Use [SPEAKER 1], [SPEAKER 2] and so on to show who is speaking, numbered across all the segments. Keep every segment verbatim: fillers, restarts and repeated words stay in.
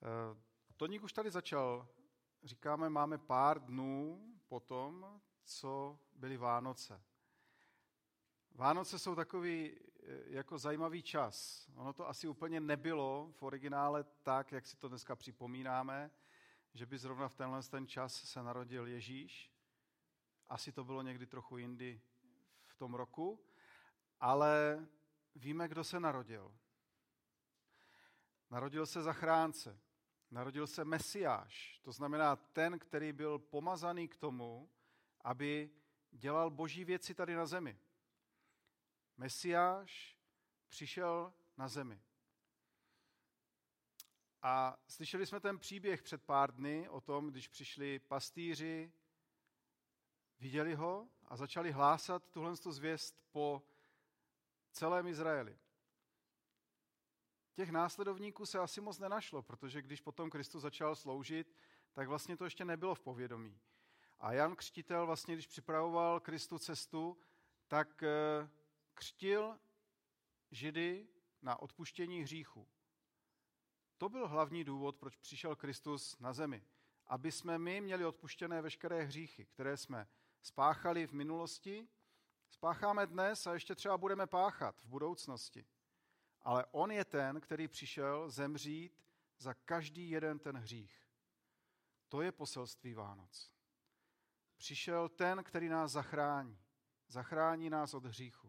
[SPEAKER 1] Toník už tady začal. Říkáme, máme pár dnů po tom, co byly Vánoce. Vánoce jsou takový jako zajímavý čas. Ono to asi úplně nebylo v originále tak, jak si to dneska připomínáme, že by zrovna v tenhle ten čas se narodil Ježíš. Asi to bylo někdy trochu jindy v tom roku, ale víme, kdo se narodil. Narodil se zachránce, narodil se Mesiáš, to znamená ten, který byl pomazaný k tomu, aby dělal boží věci tady na zemi. Mesiáš přišel na zemi. A slyšeli jsme ten příběh před pár dny o tom, když přišli pastýři, viděli ho a začali hlásat tuhle zvěst po celém Izraeli. Těch následovníků se asi moc nenašlo, protože když potom Kristus začal sloužit, tak vlastně to ještě nebylo v povědomí. A Jan Křtitel vlastně, když připravoval Kristu cestu, tak křtil Židy na odpuštění hříchu. To byl hlavní důvod, proč přišel Kristus na zemi. Aby jsme my měli odpuštěné veškeré hříchy, které jsme spáchali v minulosti, spácháme dnes a ještě třeba budeme páchat v budoucnosti. Ale on je ten, který přišel zemřít za každý jeden ten hřích. To je poselství Vánoc. Přišel ten, který nás zachrání. Zachrání nás od hříchu.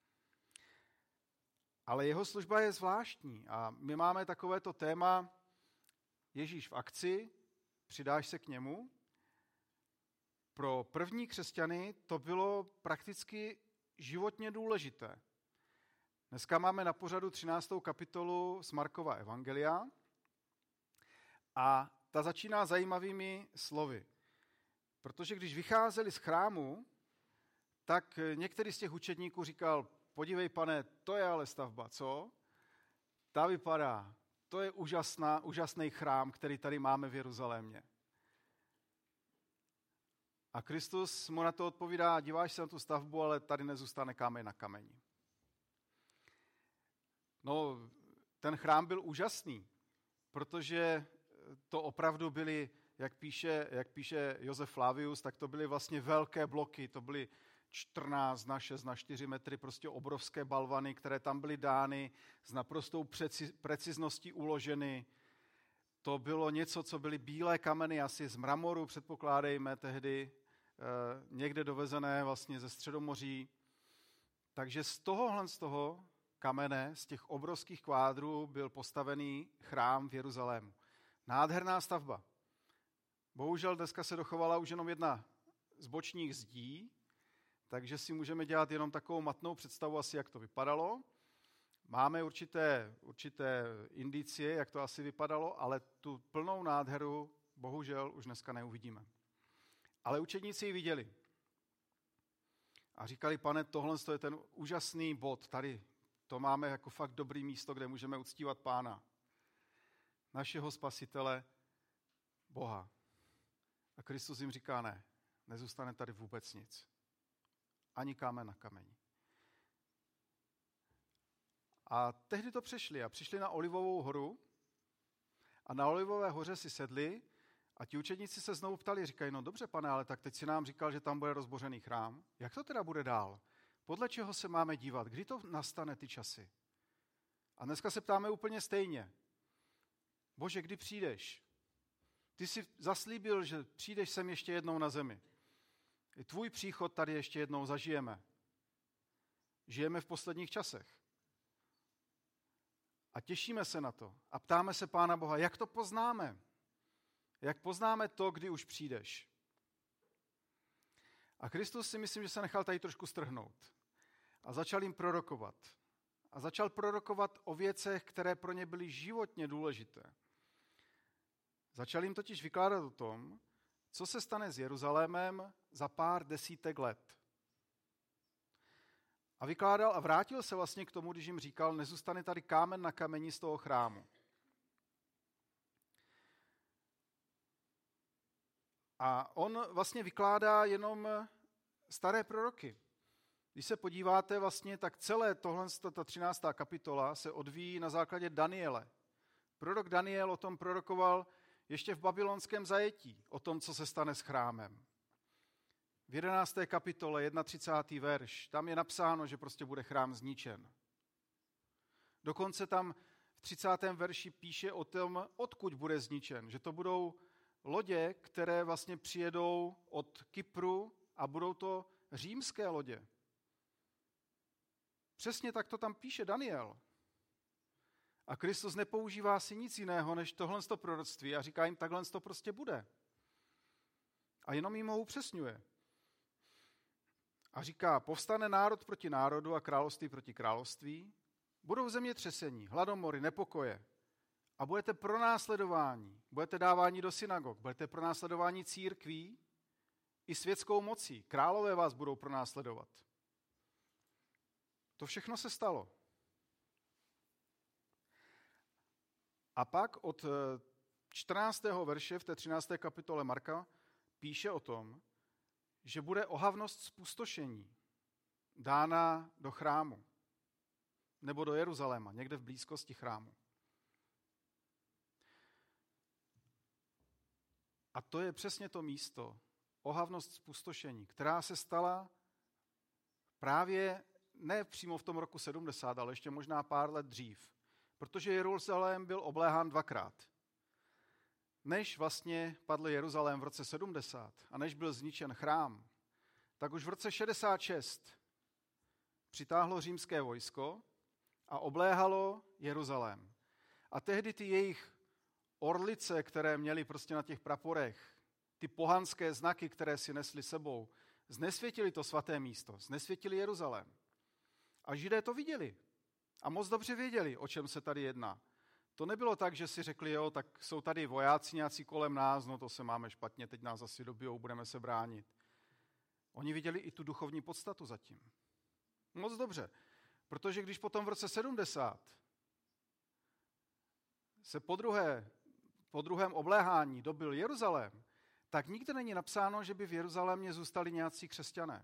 [SPEAKER 1] Ale jeho služba je zvláštní a my máme takovéto téma Ježíš v akci, přidáš se k němu. Pro první křesťany to bylo prakticky životně důležité. Dneska máme na pořadu třináctou kapitolu z Markova evangelia a ta začíná zajímavými slovy. Protože když vycházeli z chrámu, tak některý z těch učedníků říkal, podívej pane, to je ale stavba, co? Ta vypadá, to je úžasná, úžasný chrám, který tady máme v Jeruzalémě. A Kristus mu na to odpovídá, díváš se na tu stavbu, ale tady nezůstane kámen na kameni. No, ten chrám byl úžasný, protože to opravdu byly, jak píše, jak píše Josef Flavius, tak to byly vlastně velké bloky, to byly čtrnáct na šest na čtyři metry, prostě obrovské balvany, které tam byly dány, s naprostou preci, precizností uloženy. To bylo něco, co byly bílé kameny, asi z mramoru, předpokládejme tehdy, eh, někde dovezené vlastně ze Středomoří. Takže z tohohle z toho kamene, z těch obrovských kvádrů byl postavený chrám v Jeruzalému. Nádherná stavba. Bohužel dneska se dochovala už jenom jedna z bočních zdí, takže si můžeme dělat jenom takovou matnou představu asi, jak to vypadalo. Máme určité, určité indicie, jak to asi vypadalo, ale tu plnou nádheru bohužel už dneska neuvidíme. Ale učedníci ji viděli. A říkali, pane, tohle je ten úžasný bod, tady to máme jako fakt dobrý místo, kde můžeme uctívat Pána, našeho spasitele, Boha. A Kristus jim říká, ne, nezůstane tady vůbec nic. Ani kámen na kameni. A tehdy to přešli a přišli na Olivovou horu a na Olivové hoře si sedli a ti učedníci se znovu ptali, říkají, no dobře, pane, ale tak teď si nám říkal, že tam bude rozbořený chrám. Jak to teda bude dál? Podle čeho se máme dívat? Kdy to nastane ty časy? A dneska se ptáme úplně stejně. Bože, kdy přijdeš? Ty jsi zaslíbil, že přijdeš sem ještě jednou na zemi. I tvůj příchod tady ještě jednou zažijeme. Žijeme v posledních časech. A těšíme se na to. A ptáme se Pána Boha, jak to poznáme? Jak poznáme to, kdy už přijdeš? A Kristus si myslím, že se nechal tady trošku strhnout. A začal jim prorokovat. A začal prorokovat o věcech, které pro ně byly životně důležité. Začal jim totiž vykládat o tom, co se stane s Jeruzalémem za pár desítek let. A vykládal a vrátil se vlastně k tomu, když jim říkal, nezůstane tady kámen na kameni z toho chrámu. A on vlastně vykládá jenom staré proroky. Když se podíváte vlastně, tak celé tohle, ta třináctá kapitola se odvíjí na základě Daniele. Prorok Daniel o tom prorokoval ještě v babylonském zajetí, o tom, co se stane s chrámem. V jedenácté kapitole, třicátý první verš, tam je napsáno, že prostě bude chrám zničen. Dokonce tam v třicátém verši píše o tom, odkud bude zničen, že to budou lodě, které vlastně přijedou od Kypru a budou to římské lodě. Přesně tak to tam píše Daniel. A Kristus nepoužívá si nic jiného, než tohle proroctví a říká jim, takhle to prostě bude. A jenom jim ho upřesňuje. A říká, povstane národ proti národu a království proti království, budou zemětřesení, hladomory, nepokoje a budete pronásledováni, budete dáváni do synagog, budete pronásledováni církví i světskou mocí. Králové vás budou pronásledovat. To všechno se stalo. A pak od čtrnáctého verše v té třinácté kapitole Marka píše o tom, že bude ohavnost zpustošení dána do chrámu nebo do Jeruzaléma, někde v blízkosti chrámu. A to je přesně to místo, ohavnost zpustošení, která se stala právě ne přímo v tom roku sedmdesát, ale ještě možná pár let dřív, protože Jeruzalém byl obléhán dvakrát. Než vlastně padl Jeruzalém v roce sedmdesát a než byl zničen chrám, tak už v roce šedesát šest přitáhlo římské vojsko a obléhalo Jeruzalém. A tehdy ty jejich orlice, které měly prostě na těch praporech, ty pohanské znaky, které si nesli sebou, znesvětili to svaté místo, znesvětili Jeruzalém. A Židé to viděli a moc dobře věděli, o čem se tady jedná. To nebylo tak, že si řekli, jo, tak jsou tady vojáci nějací kolem nás, no to se máme špatně, teď nás asi dobijou, budeme se bránit. Oni viděli i tu duchovní podstatu zatím. Moc dobře, protože když potom v roce sedmdesát se po, druhé, po druhém obléhání dobil Jeruzalém, tak nikde není napsáno, že by v Jeruzalémě zůstali nějací křesťané.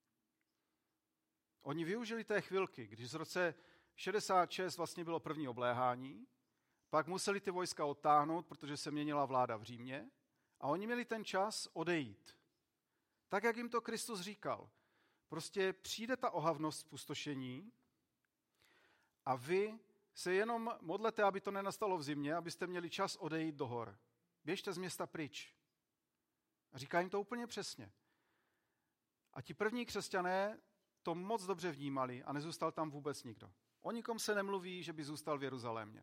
[SPEAKER 1] Oni využili té chvilky, když v roce šedesát šest vlastně bylo první obléhání, pak museli ty vojska odtáhnout, protože se měnila vláda v Římě a oni měli ten čas odejít. Tak, jak jim to Kristus říkal. Prostě přijde ta ohavnost zpustošení a vy se jenom modlete, aby to nenastalo v zimě, abyste měli čas odejít do hor. Běžte z města pryč. A říká jim to úplně přesně. A ti první křesťané to moc dobře vnímali a nezůstal tam vůbec nikdo. O nikom se nemluví, že by zůstal v Jeruzalémě.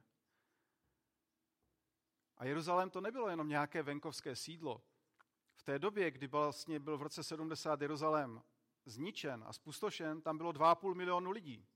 [SPEAKER 1] A Jeruzalém to nebylo jenom nějaké venkovské sídlo. V té době, kdy vlastně byl v roce sedmdesát Jeruzalém zničen a zpustošen, tam bylo dva a půl milionu lidí.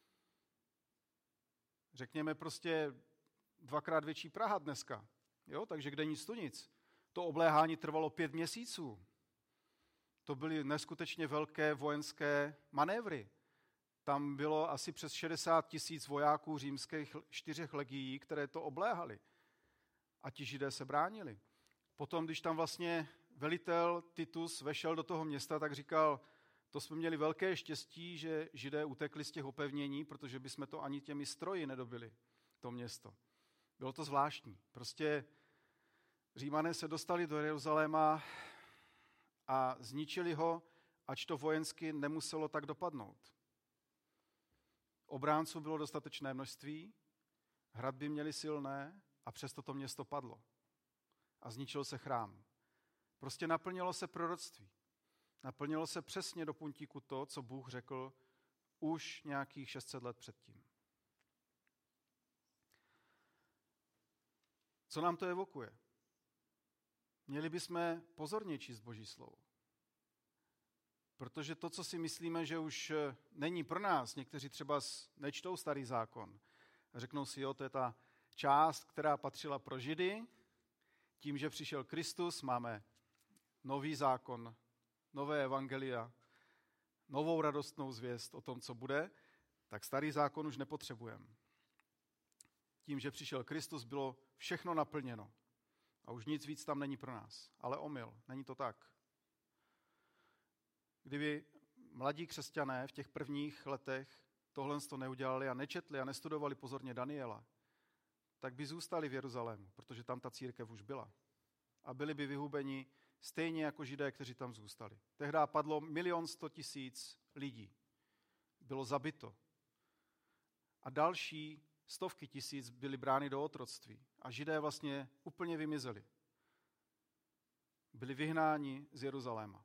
[SPEAKER 1] Řekněme prostě dvakrát větší Praha dneska. Jo? Takže kde nic tu nic. To obléhání trvalo pět měsíců. To byly neskutečně velké vojenské manévry. Tam bylo asi přes šedesát tisíc vojáků římských čtyřech legií, které to obléhali. A ti Židé se bránili. Potom, když tam vlastně velitel Titus vešel do toho města, tak říkal, to jsme měli velké štěstí, že Židé utekli z těch opevnění, protože bychom to ani těmi stroji nedobili, to město. Bylo to zvláštní. Prostě Římané se dostali do Jeruzaléma a zničili ho, ač to vojensky nemuselo tak dopadnout. Obránců bylo dostatečné množství, hradby měly silné a přesto to město padlo. A zničil se chrám. Prostě naplnilo se proroctví. Naplnilo se přesně do puntíku to, co Bůh řekl už nějakých šest set let předtím. Co nám to evokuje? Měli bychom pozorně číst Boží slovo. Protože to, co si myslíme, že už není pro nás, někteří třeba nečtou starý zákon a řeknou si, jo, to je ta část, která patřila pro Židy, tím, že přišel Kristus, máme nový zákon, nové evangelia, novou radostnou zvěst o tom, co bude, tak starý zákon už nepotřebujeme. Tím, že přišel Kristus, bylo všechno naplněno. A už nic víc tam není pro nás. Ale omyl, není to tak. Kdyby mladí křesťané v těch prvních letech tohle to neudělali a nečetli a nestudovali pozorně Daniela, tak by zůstali v Jeruzalému, protože tam ta církev už byla. A byli by vyhubeni stejně jako Židé, kteří tam zůstali. Tehdy padlo milion sto tisíc lidí. Bylo zabito. A další stovky tisíc byly brány do otroctví. A Židé vlastně úplně vymizeli. Byli vyhnáni z Jeruzaléma.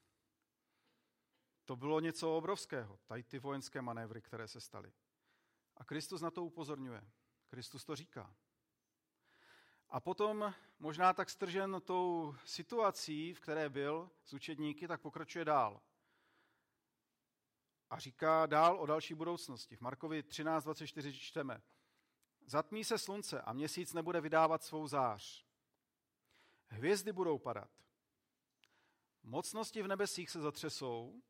[SPEAKER 1] To bylo něco obrovského, tady ty vojenské manévry, které se staly. A Kristus na to upozorňuje. Kristus to říká. A potom, možná tak stržen tou situací, v které byl s učedníky, tak pokračuje dál. A říká dál o další budoucnosti. V Markovi třináct dvacet čtyři čteme. Zatmí se slunce a měsíc nebude vydávat svou zář. Hvězdy budou padat. Mocnosti v nebesích se zatřesou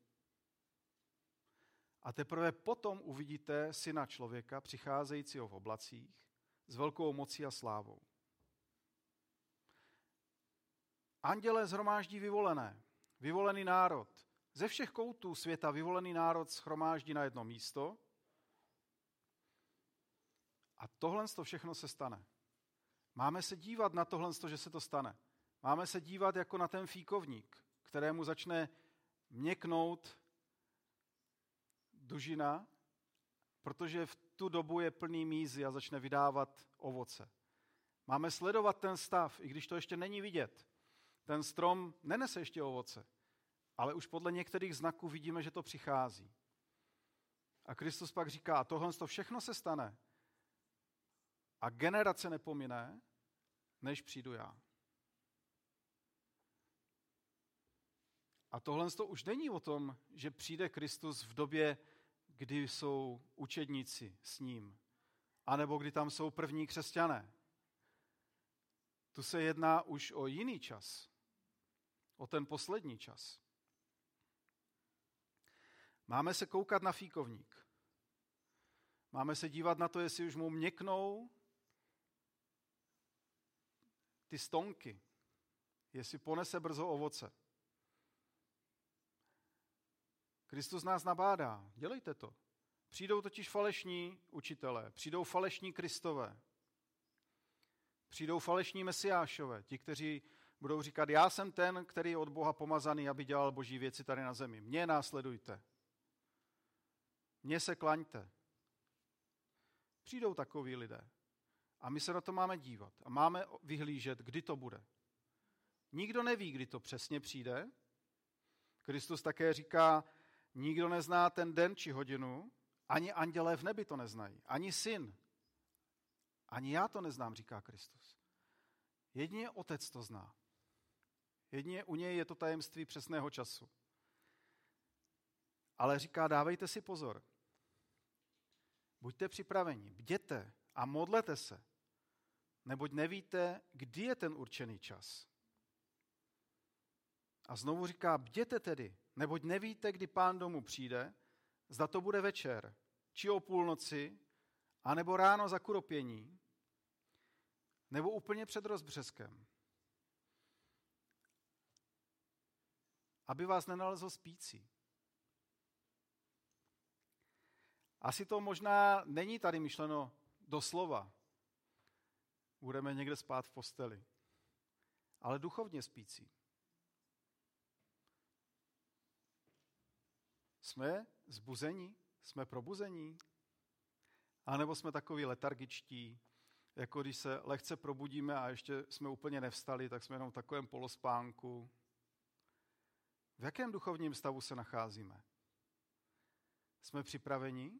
[SPEAKER 1] a teprve potom uvidíte Syna člověka přicházejícího v oblacích s velkou mocí a slávou. Andělé shromáždí vyvolené, vyvolený národ. Ze všech koutů světa vyvolený národ shromáždí na jedno místo a tohle to všechno se stane. Máme se dívat na tohle, že se to stane. Máme se dívat jako na ten fíkovník, kterému začne měknout dužina, protože v tu dobu je plný mízy a začne vydávat ovoce. Máme sledovat ten stav, i když to ještě není vidět. Ten strom nenese ještě ovoce, ale už podle některých znaků vidíme, že to přichází. A Kristus pak říká, a tohle to všechno se stane a generace nepomine, než přijdu já. A tohle to už není o tom, že přijde Kristus v době, kdy jsou učedníci s ním, anebo kdy tam jsou první křesťané. Tu se jedná už o jiný čas, o ten poslední čas. Máme se koukat na fíkovník. Máme se dívat na to, jestli už mu měknou ty stonky, jestli ponese brzo ovoce. Kristus nás nabádá, dělejte to. Přijdou totiž falešní učitelé, přijdou falešní Kristové, přijdou falešní mesiášové, ti, kteří budou říkat, já jsem ten, který je od Boha pomazaný, aby dělal boží věci tady na zemi. Mě následujte. Mně se klaňte. Přijdou takoví lidé. A my se na to máme dívat. A máme vyhlížet, kdy to bude. Nikdo neví, kdy to přesně přijde. Kristus také říká, nikdo nezná ten den či hodinu, ani andělé v nebi to neznají, ani syn. Ani já to neznám, říká Kristus. Jedině Otec to zná. Jedině u něj je to tajemství přesného času. Ale říká, dávejte si pozor. Buďte připraveni, bděte a modlete se, neboť nevíte, kdy je ten určený čas. A znovu říká, bděte tedy, neboť nevíte, kdy Pán domů přijde, zda to bude večer, či o půlnoci, anebo ráno za kuropění, nebo úplně před rozbřeskem. Aby vás nenalezl spící. Asi to možná není tady myšleno doslova. Budeme někde spát v posteli. Ale duchovně spící. Jsme zbuzení? Jsme probuzení? A nebo jsme takový letargičtí, jako když se lehce probudíme a ještě jsme úplně nevstali, tak jsme jenom v takovém polospánku. V jakém duchovním stavu se nacházíme? Jsme připraveni?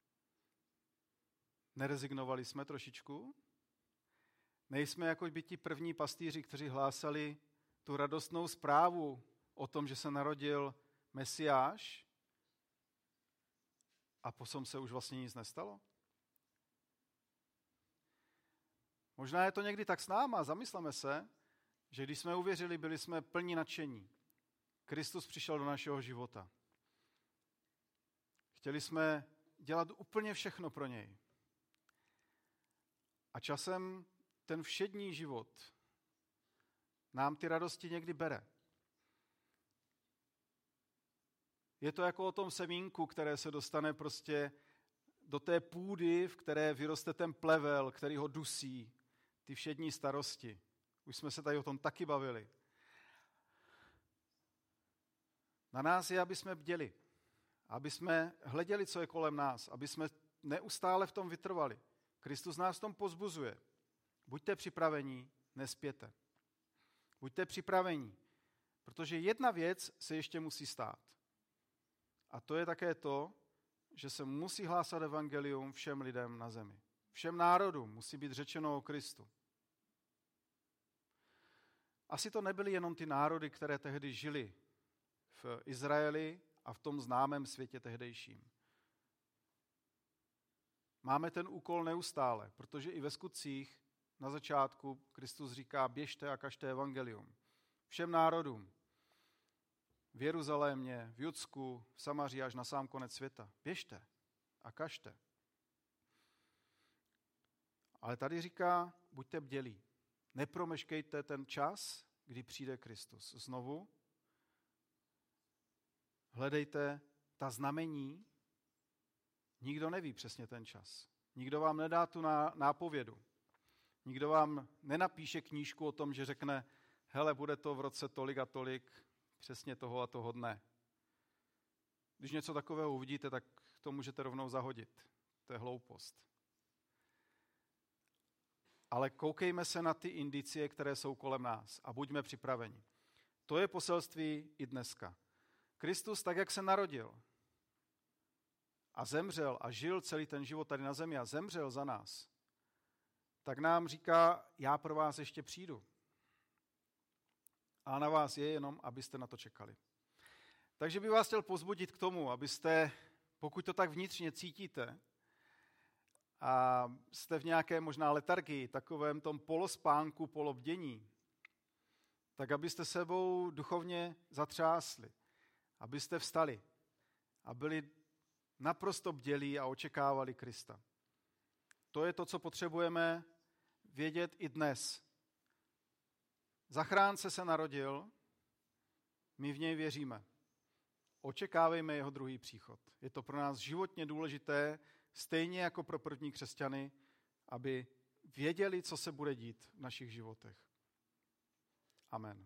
[SPEAKER 1] Nerezignovali jsme trošičku? Nejsme jako by ti první pastýři, kteří hlásali tu radostnou zprávu o tom, že se narodil Mesiáš a potom se už vlastně nic nestalo? Možná je to někdy tak s náma, zamysleme se, že když jsme uvěřili, byli jsme plní nadšení. Kristus přišel do našeho života. Chtěli jsme dělat úplně všechno pro něj. A časem ten všední život nám ty radosti někdy bere. Je to jako o tom semínku, které se dostane prostě do té půdy, v které vyroste ten plevel, který ho dusí, ty všední starosti. Už jsme se tady o tom taky bavili. Na nás je, aby jsme bděli, aby jsme hleděli, co je kolem nás, aby jsme neustále v tom vytrvali. Kristus nás v tom pozbuzuje. Buďte připraveni, nespěte. Buďte připraveni, protože jedna věc se ještě musí stát. A to je také to, že se musí hlásat evangelium všem lidem na zemi. Všem národům musí být řečeno o Kristu. Asi to nebyly jenom ty národy, které tehdy žili v Izraeli a v tom známém světě tehdejším. Máme ten úkol neustále, protože i ve skutcích na začátku Kristus říká, běžte a kažte evangelium. Všem národům. V Jeruzalémě, v Judsku, v Samaří až na sám konec světa. Běžte a kažte. Ale tady říká, buďte bdělí. Nepromeškejte ten čas, kdy přijde Kristus. Znovu hledejte ta znamení. Nikdo neví přesně ten čas. Nikdo vám nedá tu nápovědu. Nikdo vám nenapíše knížku o tom, že řekne, hele, bude to v roce tolik a tolik, přesně toho a toho dne. Když něco takového uvidíte, tak to můžete rovnou zahodit. To je hloupost. Ale koukejme se na ty indicie, které jsou kolem nás a buďme připraveni. To je poselství i dneska. Kristus, tak jak se narodil a zemřel a žil celý ten život tady na zemi a zemřel za nás, tak nám říká, já pro vás ještě přijdu. A na vás je jenom, abyste na to čekali. Takže bych vás chtěl povzbudit k tomu, abyste, pokud to tak vnitřně cítíte, a jste v nějaké možná letargii, takovém tom polospánku, polobdění, tak abyste sebou duchovně zatřásli, abyste vstali a byli naprosto bdělí a očekávali Krista. To je to, co potřebujeme vědět i dnes. Zachránce se narodil, my v něj věříme. Očekávejme jeho druhý příchod. Je to pro nás životně důležité, stejně jako pro první křesťany, aby věděli, co se bude dít v našich životech. Amen.